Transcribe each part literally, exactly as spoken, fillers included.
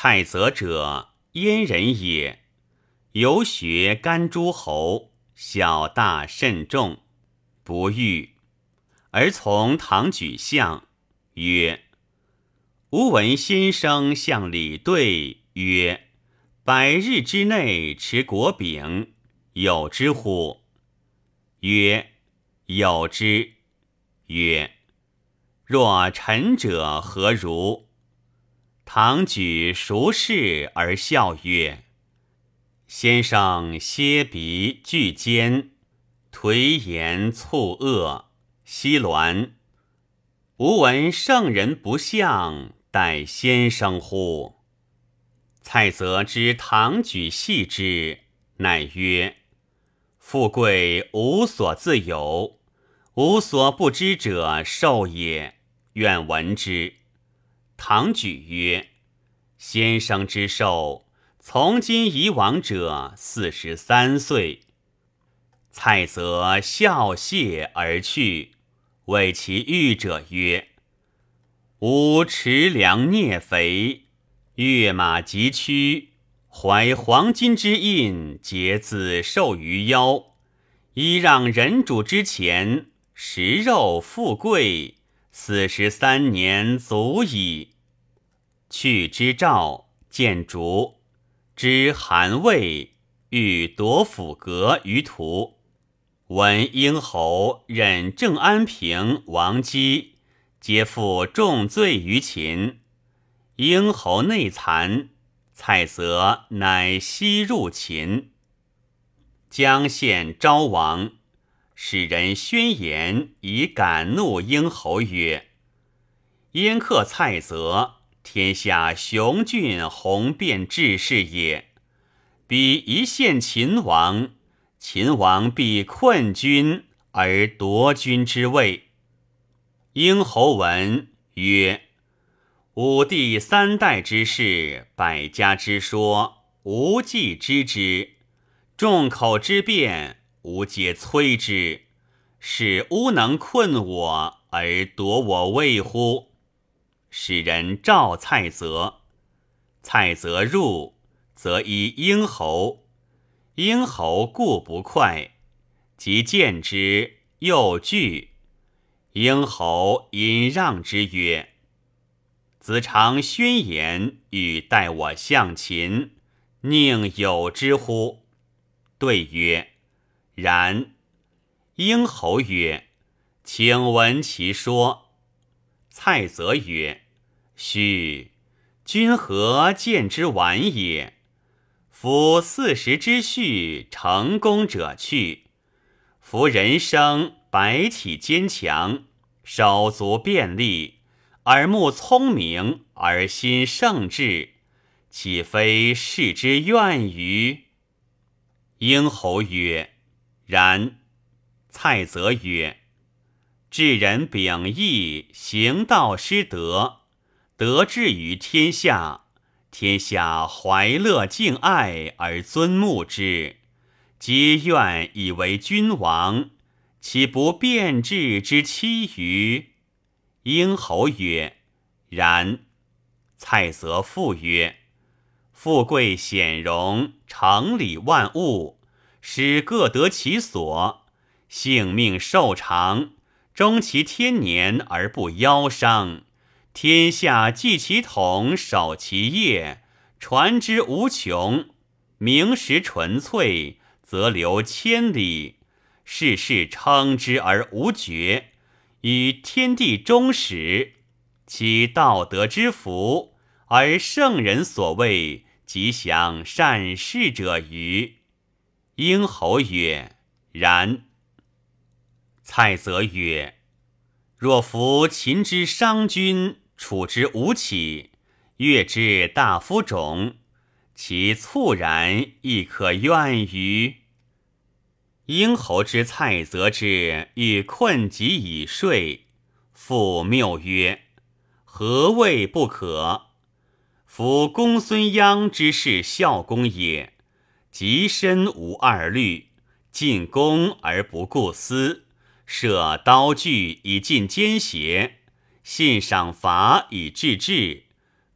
蔡泽者，燕人也，游学甘诸侯，小大甚众，不遇，而从唐举相，曰：吾闻先生向李对曰：百日之内持国柄，有之乎？曰：有之。曰：若臣者何如？唐举孰视而笑曰：先生歇鼻拒肩，颓言蹙恶，奚鸾？吾闻圣人不相，待先生乎？蔡泽知唐举戏之，乃曰：富贵无所自有，无所不知者寿也，愿闻之。唐举曰：先生之寿，从今以往者四十三岁。蔡泽笑谢而去，谓其御者曰：吾持粮啮肥，跃马疾驱，怀黄金之印，结子授于腰，依让人主之前，食肉富贵，四十三年足矣。去之赵，见竹，知韩魏，欲夺府阁于途。闻英侯任郑安平、王姬，皆负重罪于秦。英侯内残，蔡泽乃西入秦。姜献昭王，使人宣言以感怒英侯曰：燕客蔡泽，天下雄俊宏辩志士也。彼一献秦王，秦王必困君而夺君之位。英侯闻曰：吾弟三代之事，百家之说，吾既知之；众口之辩，吾皆摧之。是吾能困我而夺我位乎？使人召蔡泽，蔡泽入，则依英侯。英侯固不快，即见之，又惧。英侯因让之曰：子常宣言，欲待我向秦，宁有之乎？对曰：然。英侯曰：请闻其说。蔡泽曰：须，君何见之晚也？夫四时之序，成功者去。夫人生百体坚强，手足便利，耳目聪明，而心圣智，岂非士之愿于？英侯曰：然。蔡泽曰：治人秉义，行道失德，德至于天下，天下怀乐敬爱而尊慕之，皆愿以为君王，岂不变质之期于？英侯曰：然。蔡泽复曰：富贵显荣，成理万物，使各得其所，性命寿长，终其天年而不夭伤，天下继其统，守其业，传之无穷，名实纯粹，则流千里，世世称之而无绝，与天地终始，其道德之福，而圣人所谓吉祥善事者于？英侯曰：然。蔡泽曰：若夫秦之商君，楚之吴起，越之大夫种，其猝然亦可怨于？英侯之蔡泽之欲困己以睡，复谬曰：何谓不可？夫公孙鞅之是孝公也，极身无二虑，进攻而不顾私，设刀具以尽奸邪，信赏罚以治治，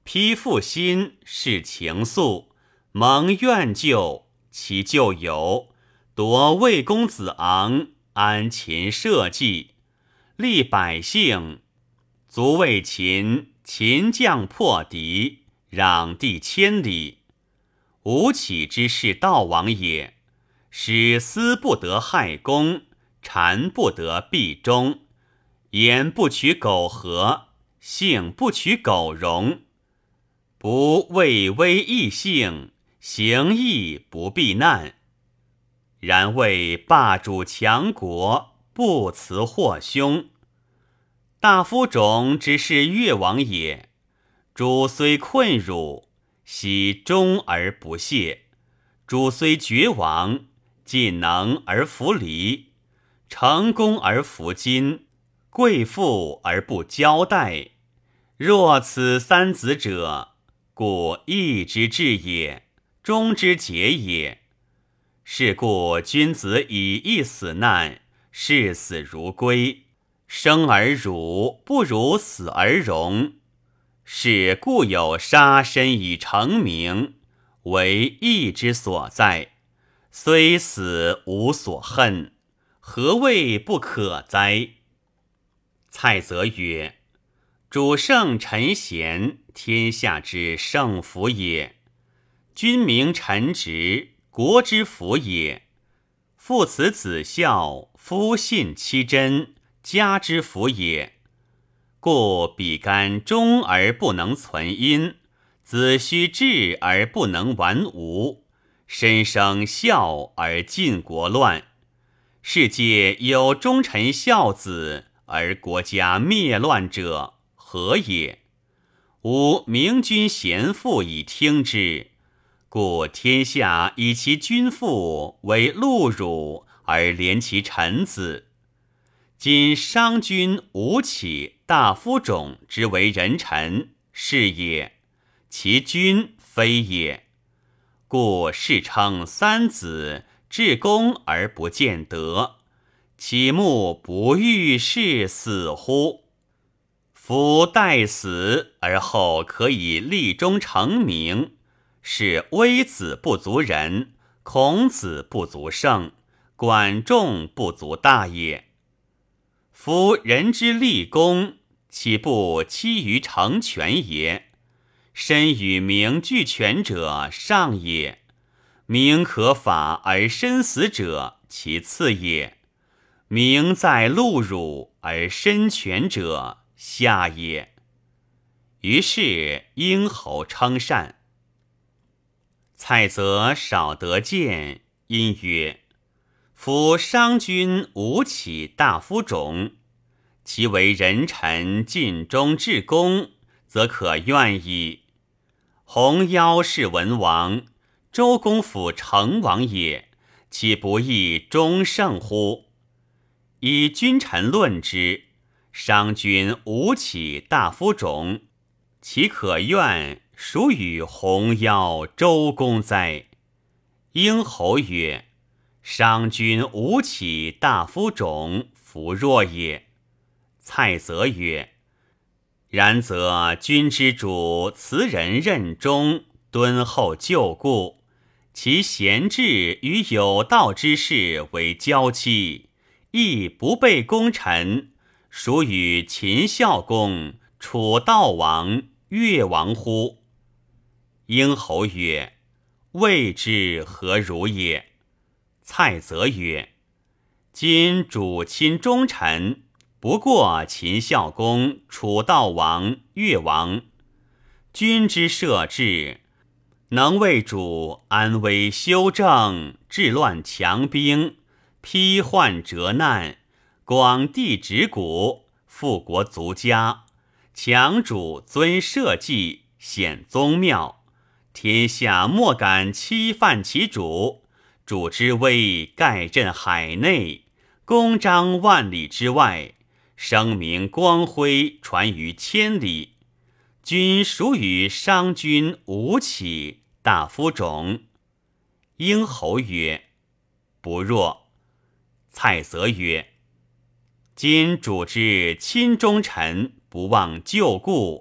披负心，是情愫，蒙怨疚，其咎有，夺魏公子昂，安秦社稷，利百姓，足为秦。秦将破敌，攘地千里。吴起之事道亡也，使思不得害公，谗不得必忠，言不取苟合，性不取苟容。不畏危易性，行义不避难。然为霸主强国，不辞祸凶。大夫种之是越王也，主虽困辱，喜忠而不懈；主虽绝亡，尽能而弗离，成功而弗矜，贵妇而不交代。若此三子者，故义之至也，忠之节也。是故君子以义死难，视死如归。生而辱，不如死而荣。是故有杀身以成名，为义之所在。虽死无所恨，何谓不可哉？蔡泽曰：主圣臣贤，天下之圣福也。君明臣直，国之福也。父慈子孝，夫信妻真，家之福也。故比干忠而不能存阴，子虚智而不能完无，身生孝而尽国乱。世界有忠臣孝子而国家灭乱者，何也？吾明君贤父以听之，故天下以其君父为戮辱，而怜其臣子。今商君吴起、大夫种之为人臣，是也；其君非也。故世称三子，至公而不见德，岂目不欲是死乎？夫待死而后可以立忠成名，是微子不足仁，孔子不足圣，管仲不足大也。夫人之立功，岂不期于成全也？身与名俱全者，上也；名可法而身死者，其次也；名在戮辱而身全者，下也。于是殷侯称善。蔡泽少得见，因曰：夫商君吴起、大夫种，其为人臣尽忠至公，则可怨矣。弘邀是文王，周公辅成王也，岂不亦忠胜乎？以君臣论之，商君吴起、大夫种，其可怨孰与弘邀、周公哉？殷侯曰：商君吴起、大夫种，弗若也。蔡泽曰：然则君之主辞人任忠，敦厚就故，其贤智与有道之士为交期，亦不备功臣，孰与秦孝公、楚悼王、越王乎？殷侯曰：谓之何如也？蔡泽曰：今主亲忠臣，不过秦孝公、楚悼王、越王。君之社稷，能为主安危修正，治乱强兵，批患折难，广地植谷，富国足家，强主尊社稷，显宗庙，天下莫敢欺犯其主。主之威盖震海内，公彰万里之外，声名光辉传于千里。君孰与商君吴起、大夫种？殷侯曰：不若。蔡泽曰：今主之亲忠臣，不忘旧故，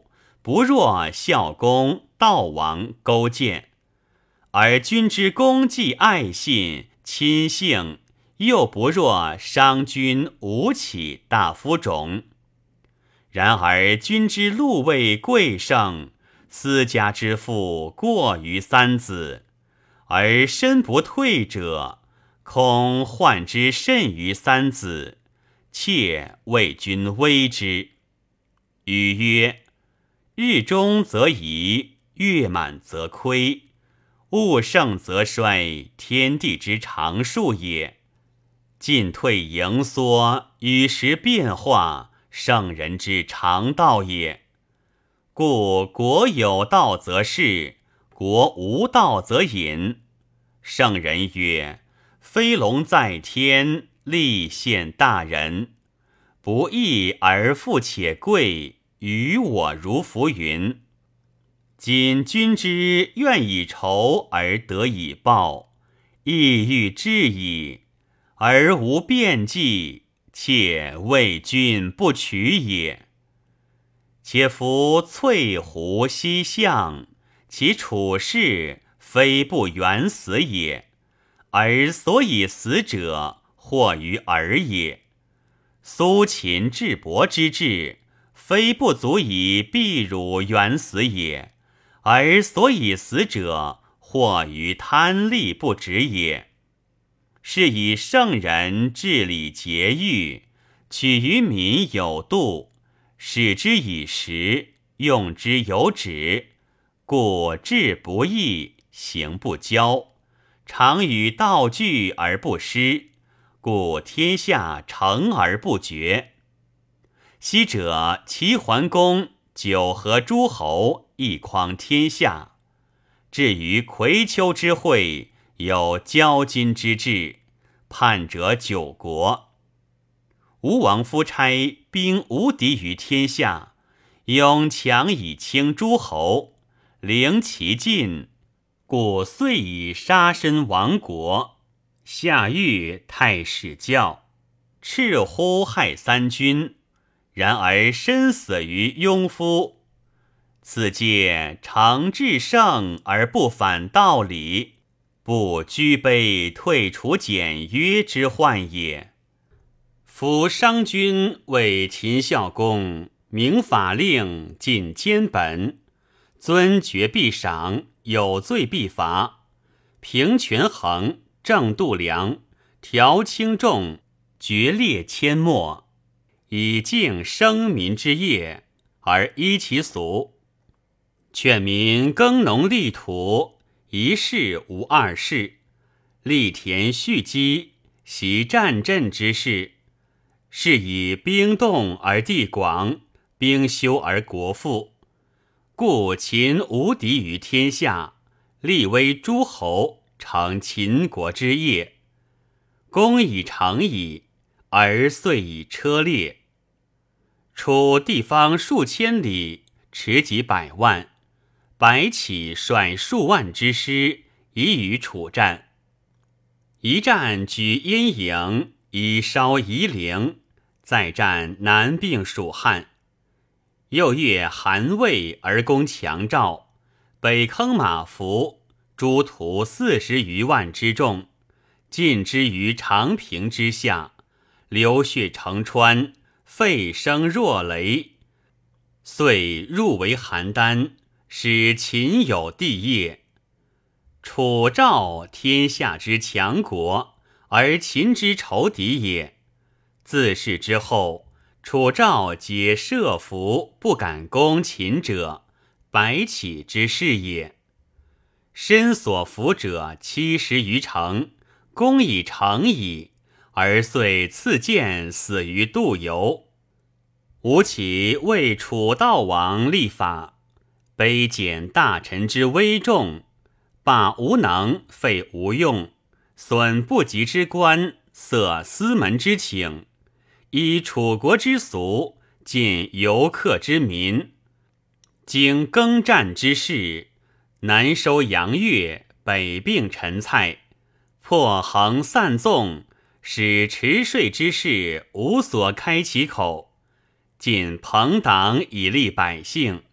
不若孝公、悼王勾践，而君之功绩爱信亲信，又不若商君、吴起、大夫种。然而君之禄位贵盛，私家之富过于三子，而身不退者，恐患之甚于三子，切为君危之。语曰：日中则移，月满则亏，物盛则衰，天地之常数也。进退盈缩，与时变化，圣人之常道也。故国有道则仕，国无道则隐。圣人曰：飞龙在天，立现大人。不义而富且贵，于我如浮云。今君之愿以仇而得以报，意欲至矣，而无辩计，且为君不取也。且夫翠狐西象，其处事非不远死也，而所以死者，或于尔也。苏秦智伯之志，非不足以避辱远死也，而所以死者，或于贪利不止也。是以圣人治理节欲，取于民有度，使之以时，用之有止，故志不易，行不骄，常与道俱而不失，故天下成而不绝。昔者齐桓公九合诸侯，一匡天下。至于葵丘之会，有交金之志，叛者九国。吴王夫差兵无敌于天下，勇强以轻诸侯，凌其尽，故遂以杀身亡国。下狱太史教，赤乎害三军，然而身死于庸夫。此皆常至圣而不反道理，不居卑退除简约之患也。夫商君为秦孝公，明法令，禁监本，尊爵必赏，有罪必罚，平权衡，正度量，调轻重，决列阡陌，以敬生民之业，而依其俗。劝民耕农力土，一事无二事，力田蓄积，习战阵之事。是以兵动而地广，兵休而国富。故秦无敌于天下，立威诸侯，成秦国之业。功已成矣，而遂以车裂。楚地方数千里，持戟百万，白起率数万之师，以与楚战。一战举阴营，以烧夷陵，再战南并蜀汉。又越韩魏而攻强赵，北坑马服，诸屠四十余万之众，尽之于长平之下，流血成川，沸声若雷。遂入为邯郸，使秦有地业。楚赵天下之强国，而秦之仇敌也。自是之后，楚赵皆设伏，不敢攻秦者，白起之事也。身所服者七十余城，攻已成矣，而遂赐剑死于杜游。吴起为楚悼王立法，卑减大臣之威重，罢无能，废无用，损不及之官，塞私门之请，依楚国之俗，尽游客之民。经耕战之事，南收阳越，北并陈蔡，破横散纵，使迟税之士无所开其口。尽朋党以利百姓，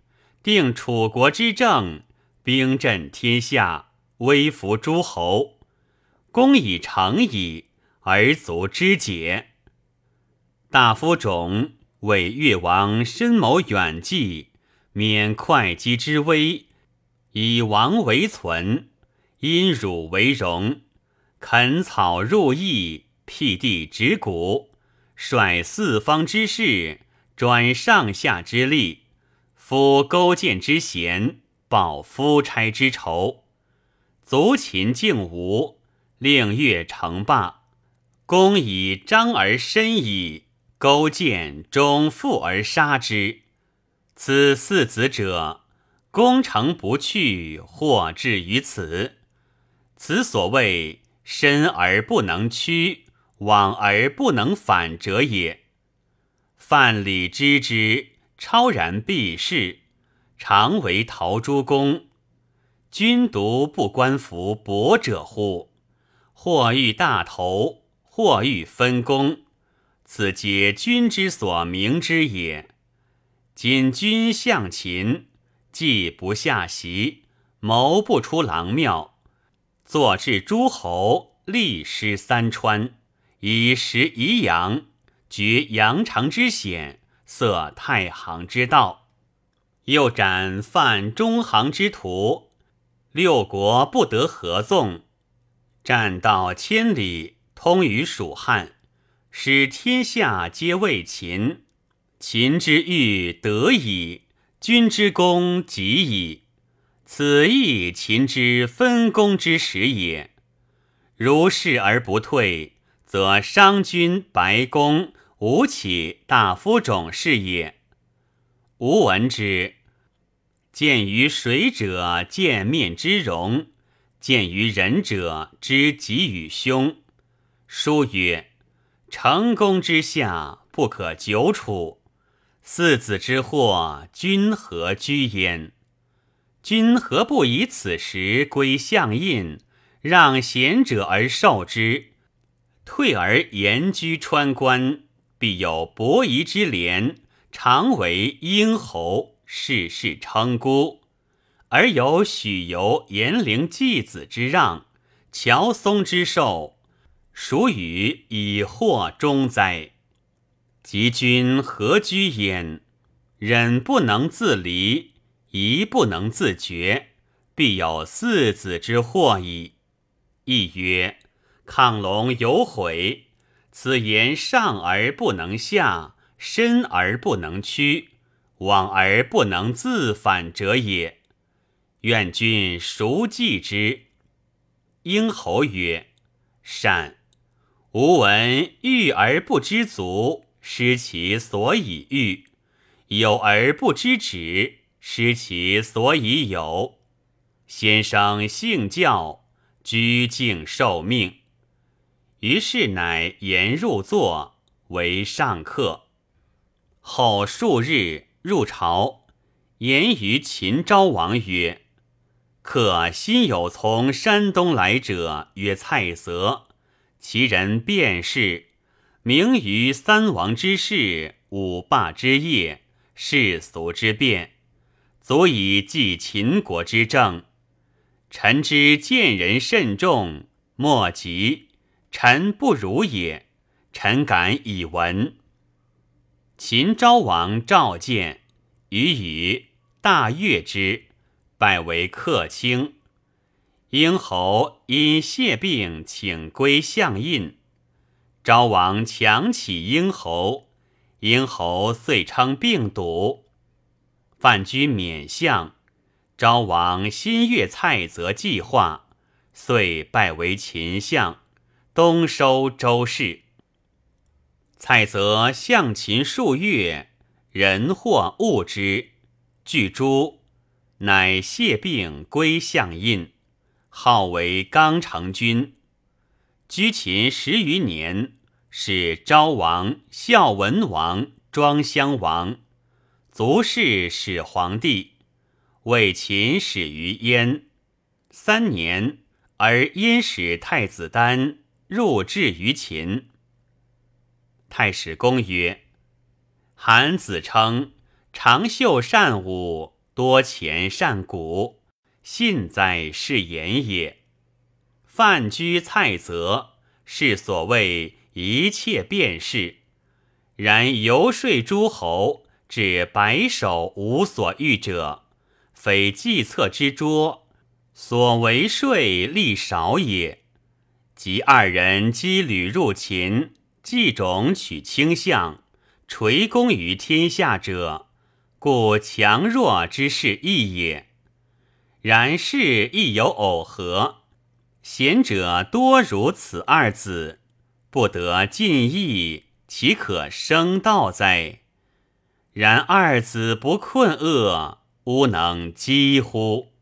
定楚国之政，兵震天下，威服诸侯。功已成矣，而足之解。大夫种为越王深谋远计，免会稽之危，以王为存，因汝为荣，垦草入邑，辟地植谷，率四方之士，转上下之力，夫勾践之贤，报夫差之仇，卒秦敬吴，令越成霸。公以张而深矣，勾践终复而杀之。此四子者，攻城不去，或至于此。此所谓深而不能屈，往而不能反者也。范蠡知之，超然避世，常为陶朱公。君独不观夫薄者乎？或欲大头，或欲分功，此皆君之所明之也。今君向秦，计不下席，谋不出郎庙，坐至诸侯，力失三川，以食宜阳，绝阳城之险，塞太行之道，又斩犯中行之徒，六国不得合纵，战道千里，通于蜀汉，使天下皆畏秦。秦之欲得矣，君之功及矣。此亦秦之分功之时也。如是而不退，则商君、白公、吴起、大夫种是也。吾闻之，见于水者见面之容，见于人者知吉与凶。书曰：成功之下，不可久处。四子之祸，君何居焉？君何不以此时归相印，让贤者而受之？退而言居川关，必有伯夷之廉，常为殷侯，世世称孤；而有许由、颜陵季子之让，乔松之寿，孰与以祸终哉？及君何居焉？忍不能自离，疑不能自决，必有四子之祸矣。亦曰：亢龙有悔，此言上而不能下，深而不能屈，往而不能自反者也。愿君孰计之？婴侯曰：善。吾闻欲而不知足，失其所以欲；有而不知止，失其所以有。先生性教，居敬受命。于是乃言入座，为上客。后数日入朝，言于秦昭王曰：客新有从山东来者，曰蔡泽，其人辩士，名于三王之事，五霸之业，世俗之变，足以继秦国之政。臣之见人甚重，莫及，臣不如也。臣敢以闻。秦昭王召见，予以大悦之，拜为客卿。婴侯因谢病，请归相印。昭王强启婴侯，婴侯遂称病笃。范雎免相，昭王心悦蔡泽计划，遂拜为秦相，东收周氏。蔡泽相秦数月，人或恶之，具诛，乃谢病归相印，号为刚成君。居秦十余年，使昭王、孝文王、庄襄王，卒谥始皇帝，为秦始于燕。三年，而燕使太子丹入质于秦。太史公曰：韩子称长袖善舞， 多钱善古，信在是言也。饭居菜择，是所谓一切便是。然游说诸侯，至白首无所欲者，非计策之拙，所为税利少也。及二人羁旅入秦，计种取倾向，垂功于天下者，故强弱之势异也。然事亦有偶合，贤者多如此二子，不得尽义，岂可生道哉？然二子不困厄，吾能几乎？